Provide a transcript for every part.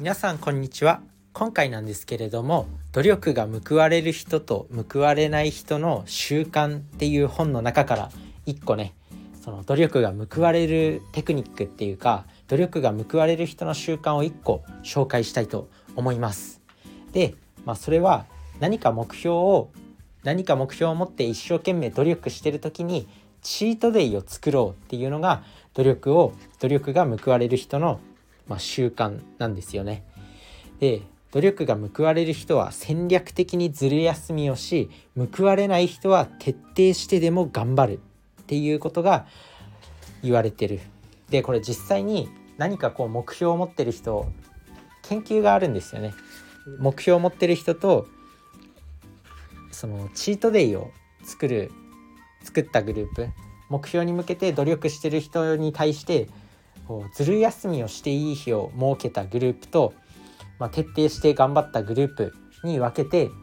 皆さんこんにちは。今回なんですけれども、努力が報われる人と報われない人の習慣っていう本の中から一個ね、その努力が報われるテクニックっていうか、努力が報われる人の習慣を一個紹介したいと思います。で、それは何か目標を持って一生懸命努力してる時にチートデイを作ろうっていうのが努力が報われる人の習慣なんですよね。で、努力が報われる人は戦略的にずる休みをし、報われない人は徹底してでも頑張るっていうことが言われてる。で、これ実際に何か目標を持ってる人、研究があるんですよね。目標を持ってる人とそのチートデイを作ったグループ、目標に向けて努力してる人に対してずる休みをしていい日を設けたグループと、徹底して頑張ったグループに分けて、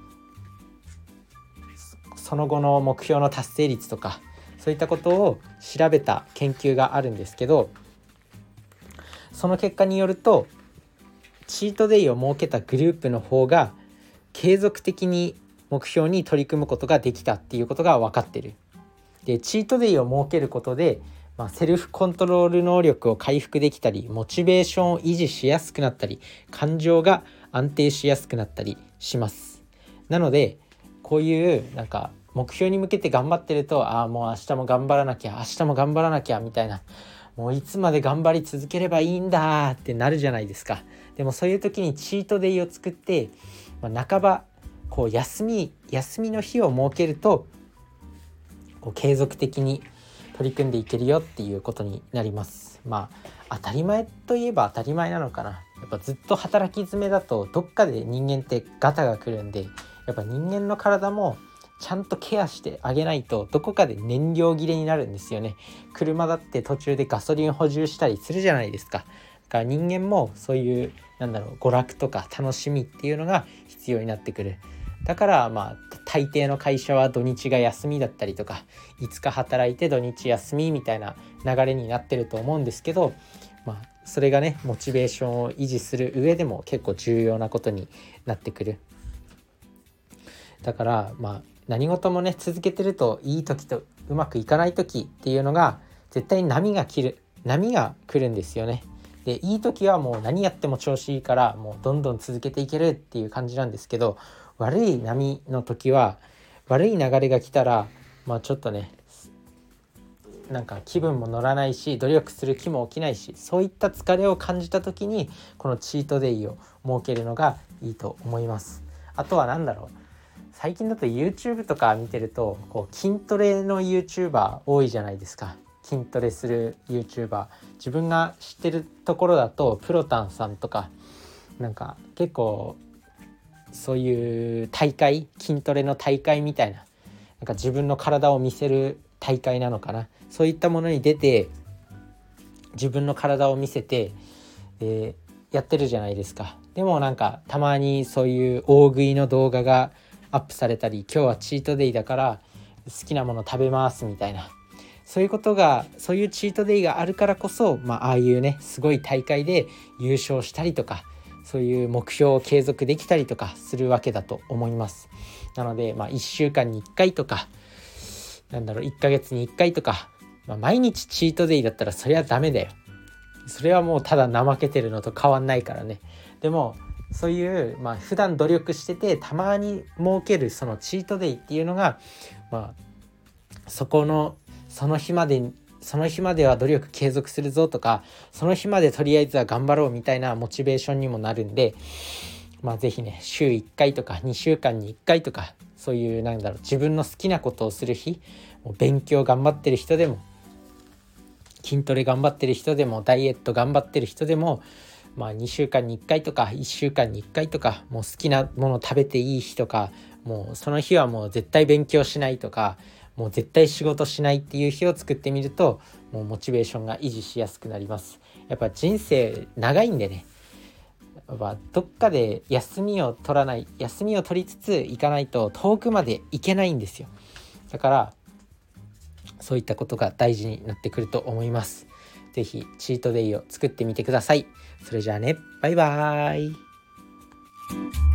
その後の目標の達成率とかそういったことを調べた研究があるんですけど、その結果によるとチートデイを設けたグループの方が継続的に目標に取り組むことができたっていうことが分かってる。で、チートデイを設けることでセルフコントロール能力を回復できたり、モチベーションを維持しやすくなったり、感情が安定しやすくなったりします。なのでこういう目標に向けて頑張ってると、もう明日も頑張らなきゃみたいな、もういつまで頑張り続ければいいんだってなるじゃないですか。でもそういう時にチートデイを作って、半ば休みの日を設けると継続的に取り組んでいけるよっていうことになります。当たり前といえば当たり前なのかな。やっぱずっと働き詰めだとどっかで人間ってガタが来るんで、やっぱ人間の体もちゃんとケアしてあげないとどこかで燃料切れになるんですよね。車だって途中でガソリン補充したりするじゃないですか。だから人間もそういう娯楽とか楽しみっていうのが必要になってくる。だから大抵の会社は土日が休みだったりとか、5日働いて土日休みみたいな流れになってると思うんですけど、それがね、モチベーションを維持する上でも結構重要なことになってくる。だから何事もね、続けてるといい時とうまくいかない時っていうのが絶対に波が来るんですよね。で、いい時はもう何やっても調子いいからもうどんどん続けていけるっていう感じなんですけど、悪い波の時は、悪い流れが来たらちょっとね、気分も乗らないし、努力する気も起きないし、そういった疲れを感じた時にこのチートデイを設けるのがいいと思います。あとは最近だと YouTube とか見てると筋トレの YouTuber 多いじゃないですか。筋トレする YouTuber、 自分が知ってるところだとプロタンさんとか結構そういう筋トレの大会みたいな、自分の体を見せる大会なのかな、そういったものに出て自分の体を見せて、やってるじゃないですか。でもたまにそういう大食いの動画がアップされたり、今日はチートデイだから好きなもの食べますみたいな、そういうチートデイがあるからこそ、ああいうね、すごい大会で優勝したりとか、そういう目標を継続できたりとかするわけだと思います。なので1週間に1回とか1ヶ月に1回とか、毎日チートデイだったらそれはダメだよ。それはもうただ怠けてるのと変わんないからね。でもそういう普段努力しててたまに設けるそのチートデイっていうのがその日までは努力継続するぞとか、その日までとりあえずは頑張ろうみたいなモチベーションにもなるんで、ぜひね、週1回とか2週間に1回とか、そういう自分の好きなことをする日、勉強頑張ってる人でも筋トレ頑張ってる人でもダイエット頑張ってる人でも、2週間に1回とか1週間に1回とか、もう好きなもの食べていい日とか、もうその日はもう絶対勉強しないとか、もう絶対仕事しないっていう日を作ってみると、もうモチベーションが維持しやすくなります。やっぱ人生長いんでね、どっかで休みを取りつつ行かないと遠くまで行けないんですよ。だからそういったことが大事になってくると思います。 ぜひチートデイを作ってみてください。それじゃあね、バイバーイ。